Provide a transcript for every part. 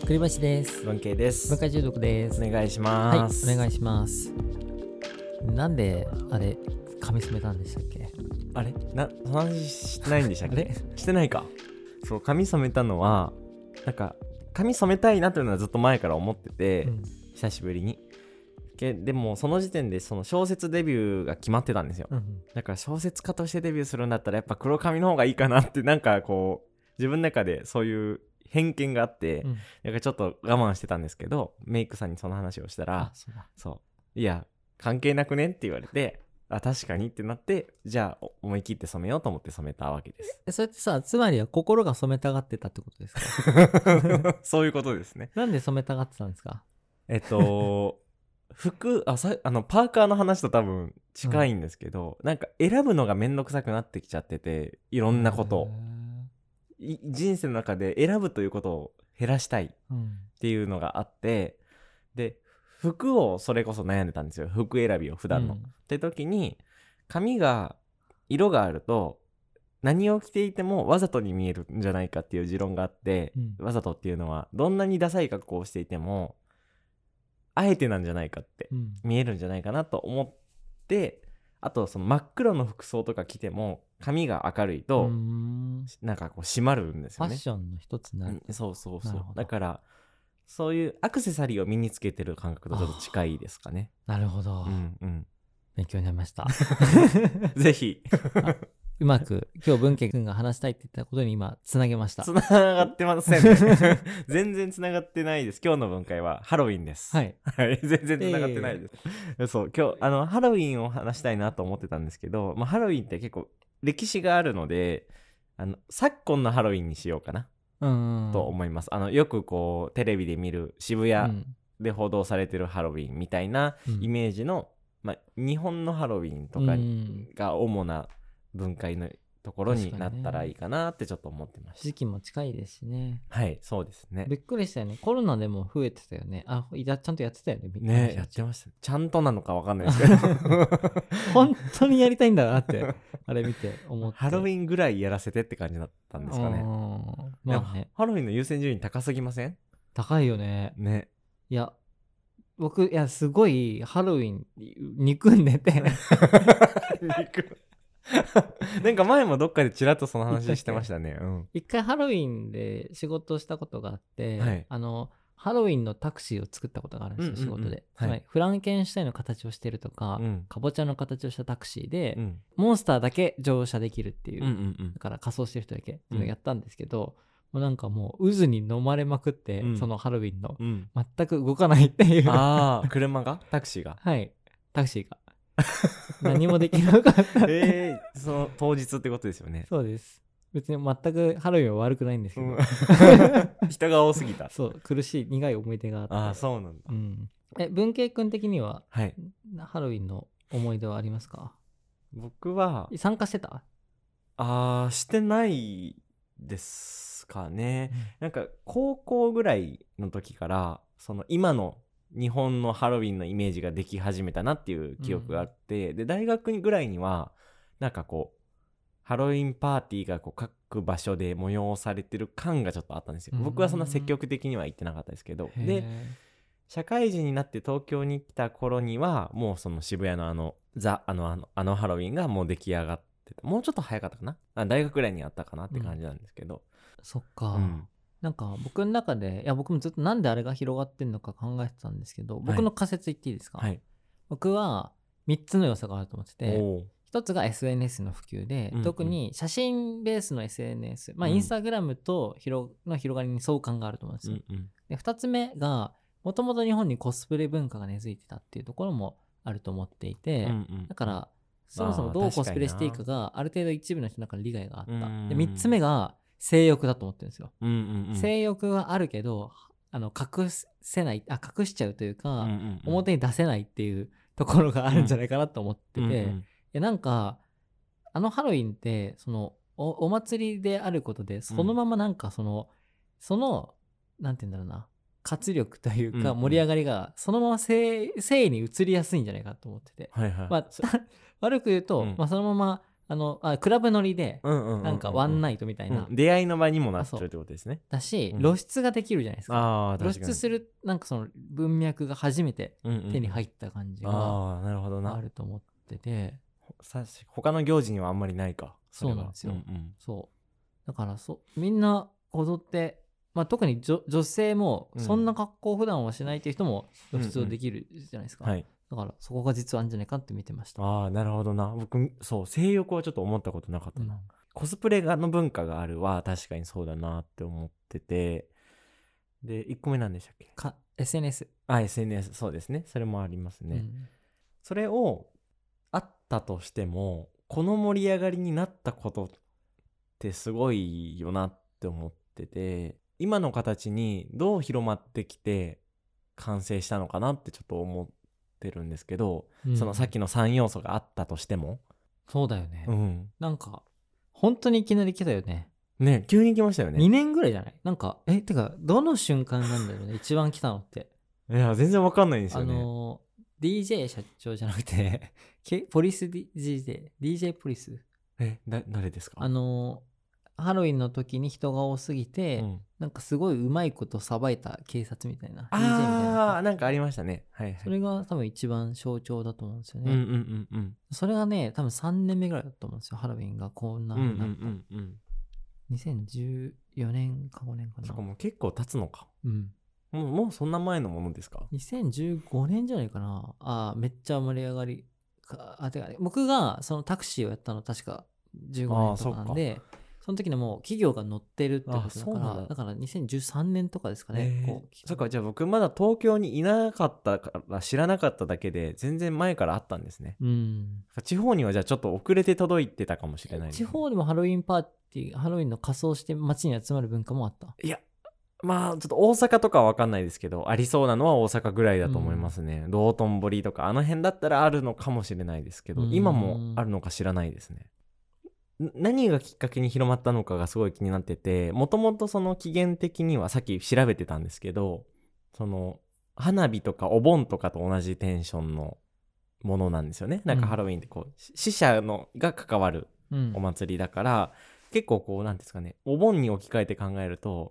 栗林です。 文系です。 文化中毒です。 お願いします。 はい、お願いします。なんであれ髪染めたんでしたっけ？ あれその話してないんでしたっけ？ あれしてないか。そう、髪染めたのはなんか髪染めたいなというのはずっと前から思ってて、久しぶりに。でもその時点でその小説デビューが決まってたんですよ。だから小説家としてデビューするんだったらやっぱ黒髪の方がいいかなって、なんかこう自分の中でそういう偏見があって、なんかちょっと我慢してたんですけど、メイクさんにその話をしたら、そういや関係なくねって言われて、あ、確かにってなって、じゃあ思い切って染めようと思って染めたわけです。 それってさ、つまりは心が染めたがってたってことですか？ そういうことですね。 なんで染めたがってたんですか？ パーカーの話と多分近いんですけど、なんか選ぶのがめんどくさくなってきちゃってて、いろんなことを人生の中で選ぶということを減らしたいっていうのがあって、で服をそれこそ悩んでたんですよ。服選びを普段の、って時に髪が色があると何を着ていてもわざとに見えるんじゃないかっていう持論があって、わざとっていうのはどんなにダサい格好をしていてもあえてなんじゃないかって見えるんじゃないかなと思って、あとその真っ黒の服装とか着ても髪が明るいとなんかこう締まるんですよね。 ファッションの一つになる。 そうだからそういうアクセサリーを身につけてる感覚とちょっと近いですかね。 なるほど、勉強になりましたぜひうまく今日文系君が話したいって言ったことに今つなげました。 つながってませんね全然つながってないです。今日の文会はハロウィンです。はい全然つながってないです、そう、今日ハロウィンを話したいなと思ってたんですけど、ハロウィンって結構歴史があるので、昨今のハロウィンにしようかなと思います。よくこうテレビで見る渋谷で報道されてるハロウィンみたいなイメージの、日本のハロウィンとかが主な文化のところになったらいいかなってちょっと思ってました。 時期も近いですしね。 はい、そうですね。 びっくりしたよね。コロナでも増えてたよね。ちゃんとやってたよね。 ね、やってました。ちゃんとなのかわかんないですけど本当にやりたいんだなってあれ見て思って。 ハロウィンぐらいやらせてって感じだったんですかね。ハロウィンの優先順位高すぎません？ 高いよね。いや僕すごいハロウィン憎んでてなんか前もどっかでちらっとその話してましたね。 一回ハロウィンで仕事をしたことがあって、ハロウィンのタクシーを作ったことがあるんですよ、仕事で。フランケンシュタインの形をしてるとか、かぼちゃの形をしたタクシーで、モンスターだけ乗車できるっていう、だから仮装してる人だけっていうのをやったんですけど、もうなんかもう渦に飲まれまくって、そのハロウィンの、全く動かないっていう車がタクシーがタクシーが何もできなかったその当日ってことですよね。 そうです。別に全くハロウィンは悪くないんですけど、 人が多すぎた。 そう苦しい苦い思い出があって。 そうなんだ。 文系君的には、ハロウィンの思い出はありますか？ 僕は参加してた？ してないですかね。なんか高校ぐらいの時からその今の日本のハロウィンのイメージができ始めたなっていう記憶があって、で大学ぐらいにはなんかこうハロウィンパーティーがこう各場所で催されてる感がちょっとあったんですよ。僕はそんな積極的には行ってなかったですけど、で社会人になって東京に来た頃にはもうその渋谷のあのハロウィンがもう出来上がってた。もうちょっと早かったかな、大学ぐらいにあったかなって感じなんですけど、 そっか、なんか僕の中で僕もずっとなんであれが広がってんのか考えてたんですけど、僕の仮説言っていいですか？僕は3つの要素があると思ってて、一つが SNS の普及で、特に写真ベースの SNS、インスタグラムとの広がりに相関があると思うんですよ。で2つ目がもともと日本にコスプレ文化が根付いてたっていうところもあると思っていて、だからそもそもどうコスプレしていいかがある程度一部の人の中で理解があった。で3つ目が性欲だと思ってるんですよ。性欲はあるけど隠しちゃうというか、表に出せないっていうところがあるんじゃないかなと思ってて、なんかハロウィンってその お祭りであることでそのままなんかそのなんて言うんだろうな、活力というか盛り上がりがそのまま性に移りやすいんじゃないかと思ってて、悪く言うと、そのままクラブ乗りで、 うんうんうんうん、 なんかワンナイトみたいな、 出会いの場にもなっちゃうってことですね。 だし、露出ができるじゃないですか。露出するなんかその文脈が初めて手に入った感じがあると思ってて、 他の行事にはあんまりないか。 そうなんですよ。そうだからみんな踊って、特に女性もそんな格好普段はしないっていう人も露出をできるじゃないですか。だからそこが実はあるんじゃないかって見てました。 なるほどな。僕性欲はちょっと思ったことなかったな。コスプレの文化があるは確かにそうだなって思ってて、で1個目なんでしたっけ ？SNS。 SNS、そうですね。それもありますね。それをあったとしても、この盛り上がりになったことってすごいよなって思ってて、今の形にどう広まってきて完成したのかなってちょっと思ってるんですけど、そのさっきの3要素があったとしても。 そうだよね。なんか本当にいきなり来たよね。 急に来ましたよね。 2年ぐらいじゃない？なんかてかどの瞬間なんだろうね一番来たのって。 いや全然わかんないんですよね。 DJ 社長じゃなくてポリス DJ ポリス。 誰ですか？ ハロウィンの時に人が多すぎて、なんかすごいうまいことさばいた警察みたいな DJ みたいな。 なんかありましたね。 それが多分一番象徴だと思うんですよね。それがね多分3年目ぐらいだと思うんですよ。ハロウィンがこんな風になった。2014年か5年かな。 そこも結構経つのか。もうそんな前のものですか？ 2015 年じゃないかな。めっちゃ盛り上がりてか僕がそのタクシーをやったの確か15年とかなんで、その時にもう企業が乗ってるってことだからだから2013年とかですかね。 そっか。じゃあ僕まだ東京にいなかったから知らなかっただけで全然前からあったんですね。地方にはじゃあちょっと遅れて届いてたかもしれないですね。 地方にもハロウィンパーティー、ハロウィンの仮装して街に集まる文化もあった？ いやちょっと大阪とかは分かんないですけど、ありそうなのは大阪ぐらいだと思いますね。道頓堀とかあの辺だったらあるのかもしれないですけど、今もあるのか知らないですね。何がきっかけに広まったのかがすごい気になってて、もともとその起源的にはさっき調べてたんですけど、その花火とかお盆とかと同じテンションのものなんですよね。なんかハロウィンって死者が関わるお祭りだから、結構なんですかね、お盆に置き換えて考えると、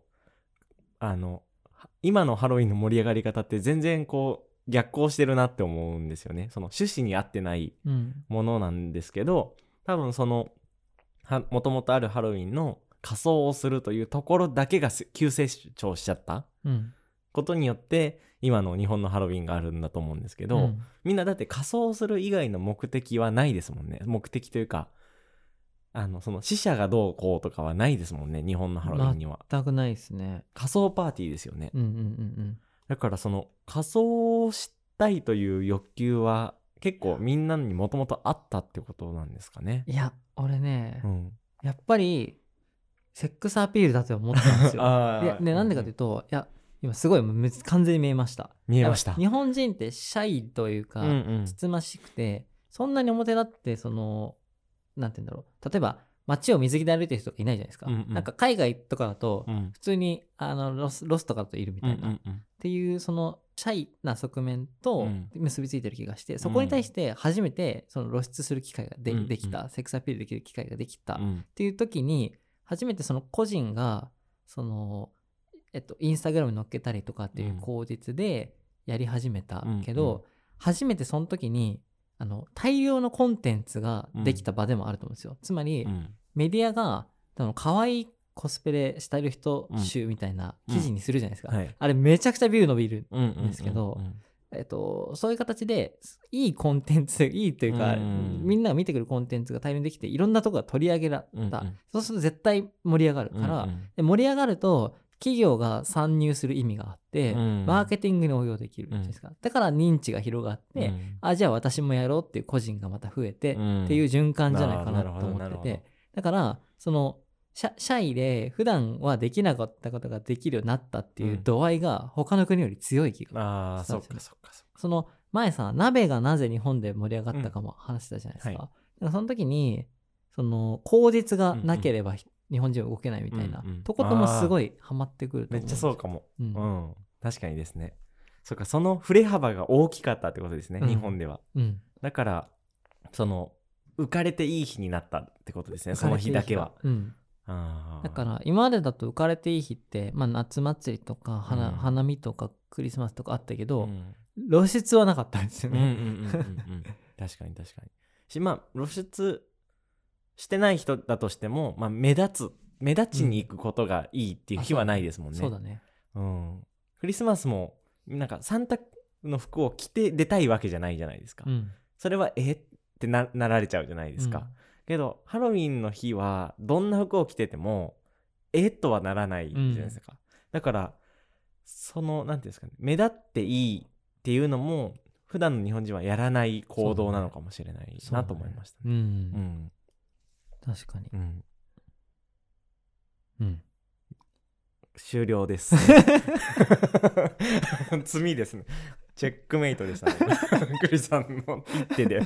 今のハロウィンの盛り上がり方って全然逆行してるなって思うんですよね。その趣旨に合ってないものなんですけど、多分もともとあるハロウィンの仮装をするというところだけが急成長しちゃったことによって今の日本のハロウィンがあるんだと思うんですけど、みんなだって仮装する以外の目的はないですもんね。目的というかその死者がどうこうとかはないですもんね、日本のハロウィンには。 全くないですね。 仮装パーティーですよね。だからその仮装したいという欲求は結構みんなにもともとあったってことなんですかね。 いや俺ね、やっぱりセックスアピールだと思ったんですよ。なんでかというと、いや今すごい完全に見えました。日本人ってシャイというか、つつましくてそんなに表立ってなんて言うんだろう、例えば街を水着で歩いてる人がいないじゃないですか。なんか海外とかだと普通にロスとかだといるみたいな、っていうそのシャイな側面と結びついてる気がして、そこに対して初めてその露出する機会ができた、セックスアピールできる機会ができたっていう時に初めてその個人がインスタグラムに載っけたりとかっていう口実でやり始めたけど、初めてその時に大量のコンテンツができた場でもあると思うんですよ。つまり、メディアが可愛いコスプレしてる人集みたいな記事にするじゃないですか。あれめちゃくちゃビュー伸びるんですけど、そういう形でいいコンテンツ、いいというか、みんなが見てくるコンテンツが大量にできていろんなところが取り上げられた、そうすると絶対盛り上がるから、で盛り上がると企業が参入する意味があって、マーケティングに応用できるじゃないですか。だから認知が広がって、じゃあ私もやろうっていう個人がまた増えて、っていう循環じゃないかなと思ってて、だからそのシャイで普段はできなかったことができるようになったっていう度合いが他の国より強い気がしたんですよね。その前さ、鍋がなぜ日本で盛り上がったかも話したじゃないですか。だからその時にその口実がなければ日本人は動けないみたいなとこともすごいハマってくると思う。 めっちゃそうかも。確かにですね。そっか、その振れ幅が大きかったってことですね、日本では。だからその浮かれていい日になったってことですね、その日だけは。 だから今までだと浮かれていい日って、まあ、夏祭りとか花見とかクリスマスとかあったけど、露出はなかったんですよね。 確かに確かに。まあ露出してない人だとしても、まあ、目立ちに行くことがいいっていう日はないですもんね。 そうだね。 クリスマスもなんかサンタの服を着て出たいわけじゃないじゃないですか。それはってなられちゃうじゃないですか。けどハロウィンの日はどんな服を着ててもとはならないじゃないですか。だからそのなんていうんですかね、目立っていいっていうのも普段の日本人はやらない行動なのかもしれないなと思いましたね。 確かに。 終了です。罪ですね。チェックメイトでしたね。クリさんの一手で。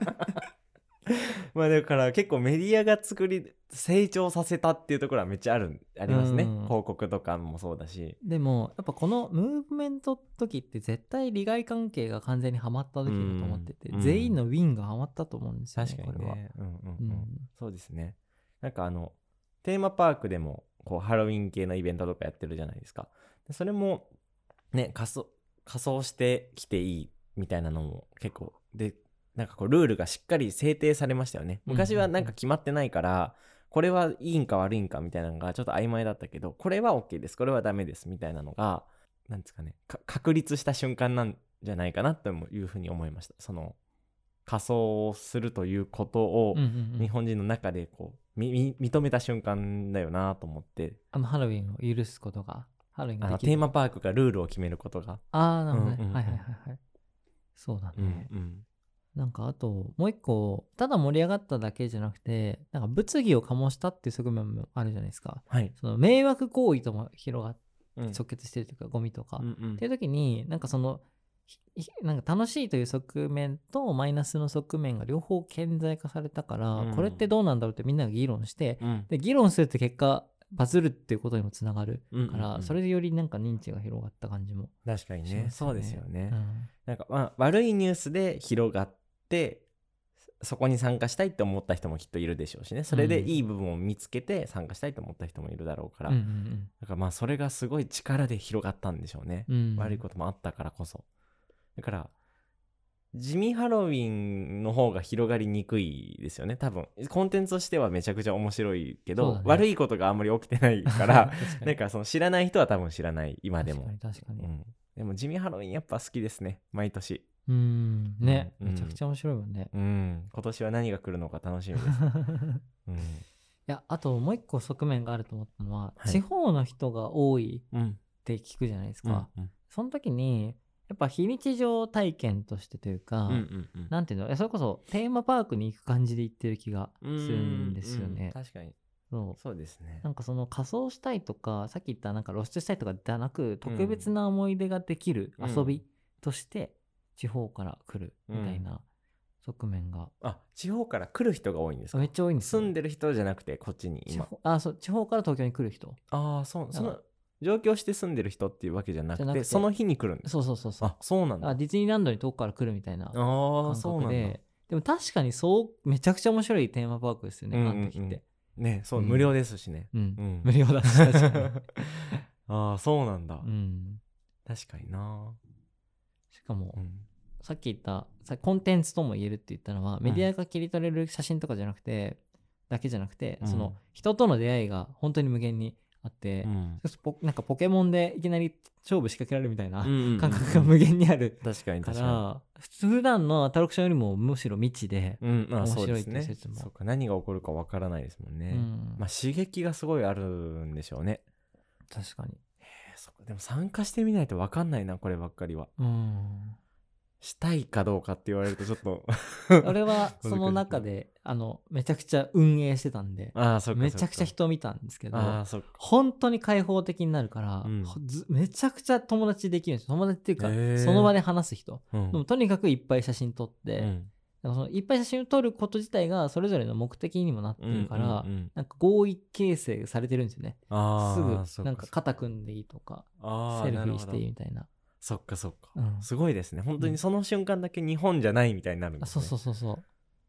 まあだから結構メディアが成長させたっていうところはめっちゃありますね。広告とかもそうだし。 でもやっぱこのムーブメント時って絶対利害関係が完全にはまった時だと思ってて、全員のウィンがはまったと思うんですよね。 確かにね。そうですね。なんかテーマパークでもこうハロウィン系のイベントとかやってるじゃないですか。それもね、仮装してきていいみたいなのも結構で、なんかこうルールがしっかり制定されましたよね。昔はなんか決まってないから、これはいいんか悪いんかみたいなのがちょっと曖昧だったけど、これは OK です、これはダメですみたいなのが、なんですかね、確立した瞬間なんじゃないかなというふうに思いました。その仮装をするということを日本人の中でこう認めた瞬間だよなと思って、 ハロウィンを許すことが、ハロウィンができるテーマパークがルールを決めることが、 なるほどね、はいはいはいはい、そうだね。なんかあともう一個、ただ盛り上がっただけじゃなくて、なんか物議を醸したっていう側面もあるじゃないですか。その迷惑行為とも広がって直結してるというか、ゴミとか、っていう時になんかそのなんか楽しいという側面とマイナスの側面が両方顕在化されたから、これってどうなんだろうってみんなが議論して、で議論するって結果バズるっていうことにもつながるから、それでよりなんか認知が広がった感じも確かにね。そうですよね。なんかまあ悪いニュースで広がってそこに参加したいって思った人もきっといるでしょうしね。それでいい部分を見つけて参加したいと思った人もいるだろうから、だからまあそれがすごい力で広がったんでしょうね。悪いこともあったからこそ。だから地味ハロウィンの方が広がりにくいですよね。多分コンテンツとしてはめちゃくちゃ面白いけど、悪いことがあんまり起きてないからなんかその知らない人は多分知らない、今でも。 確かに、 でも地味ハロウィンやっぱ好きですね、毎年。 ね、めちゃくちゃ面白いもんね。 今年は何が来るのか楽しみです。 いや、あともう一個側面があると思ったのは、地方の人が多いって聞くじゃないですか。その時にやっぱ非日常体験としてというか、なんていうの、それこそテーマパークに行く感じで行ってる気がするんですよね。 確かにそうですね。 なんかその仮装したいとか、さっき言ったなんか露出したいとかではなく、特別な思い出ができる遊びとして地方から来るみたいな側面が、 地方から来る人が多いんですか？ めっちゃ多いんですよ。 住んでる人じゃなくてこっちに今。 そう、地方から東京に来る人。 その上京して住んでる人っていうわけじゃなくて、その日に来るんですか？そうなんだ。 ディズニーランドに遠くから来るみたいな感覚で、でも確かにそうめちゃくちゃ面白いテーマパークですよね、あの時ってね。そう、無料ですしね。 無料だし、確かにそうなんだ。確かにな。 しかもさっき言ったコンテンツとも言えるって言ったのは、メディアが切り取れる写真とかじゃなくてだけじゃなくて、その人との出会いが本当に無限にあって、なんかポケモンでいきなり勝負仕掛けられるみたいな感覚が無限にあるから普段のアトラクションよりもむしろ未知で面白いっていう説も、 そうか、何が起こるかわからないですもんね。刺激がすごいあるんでしょうね。 確かに。 でも参加してみないとわかんないな、こればっかりは。したいかどうかって言われるとちょっと俺はその中でめちゃくちゃ運営してたんで、めちゃくちゃ人を見たんですけど、本当に開放的になるから、めちゃくちゃ友達できるんですよ。友達っていうかその場で話す人、でもとにかくいっぱい写真撮って、そのいっぱい写真を撮ること自体がそれぞれの目的にもなってるから、なんか合意形成されてるんですよね。すぐなんか肩組んでいいとかセルフィーしていいみたいな。 そっか、すごいですね。本当にその瞬間だけ日本じゃないみたいになるんですね。 そう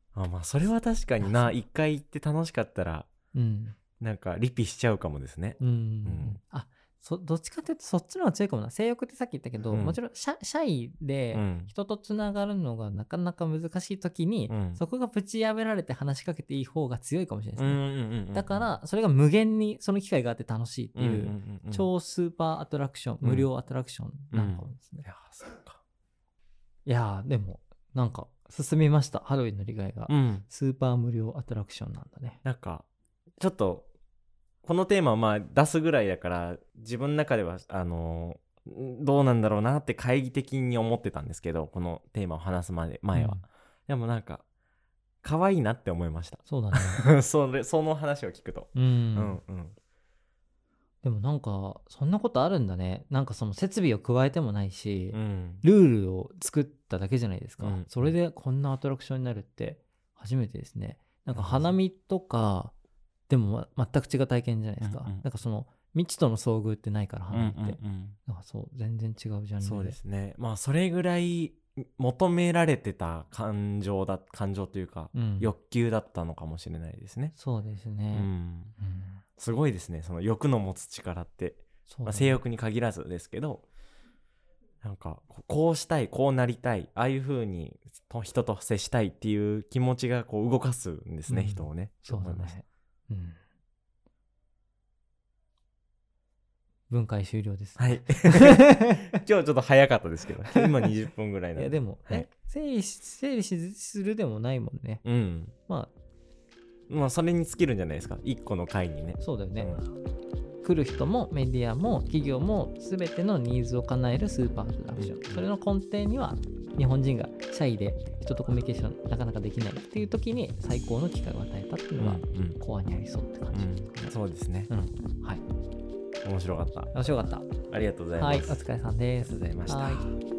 まあそれは確かにな、一回行って楽しかったら、なんかリピしちゃうかもですね。 どっちかっていうとそっちの方が強いかもな。性欲ってさっき言ったけど、もちろんシャイで人とつながるのがなかなか難しい時に、そこがぶち破られて話しかけていい方が強いかもしれないですね。だからそれが無限にその機会があって楽しいっていう、超スーパーアトラクション、無料アトラクションなのかもですね。いやでもなんか進みました。ハロウィンの利害が、スーパー無料アトラクションなんだね。 なんかちょっとこのテーマをまあ出すぐらいだから自分の中ではどうなんだろうなって懐疑的に思ってたんですけど、このテーマを話す前は、でもなんか可愛いなって思いました。 そうだねその話を聞くと、 でもなんかそんなことあるんだね。なんかその設備を加えてもないし、ルールを作っただけじゃないですか、それでこんなアトラクションになるって初めてですね。なんか花見とかでも全く違う体験じゃないですか、なんかその未知との遭遇ってないから花見って、なんかそう全然違うジャンルで。 そうですね。まあそれぐらい求められてた感情というか、欲求だったのかもしれないですね。 そうですね、 すごいですね、その欲の持つ力って。性欲に限らずですけど、なんかこうしたい、こうなりたい、ああいう風に人と接したいっていう気持ちがこう動かすんですね、人をね。 そうだね。分解終了です。 はい今日ちょっと早かったですけど今20分ぐらいなんで。 いやでも、整理するでもないもんね。まあそれに尽きるんじゃないですか、1個の回にね。 そうだよね、来る人もメディアも企業も全てのニーズを叶えるスーパーアトラクション、それの根底には日本人がシャイで人とコミュニケーションなかなかできないっていう時に最高の機会を与えたっていうのがコアにありそうって感じ、 そうですね、 はい、 面白かった。 ありがとうございます。 はい、お疲れさんです。 ありがとうございました。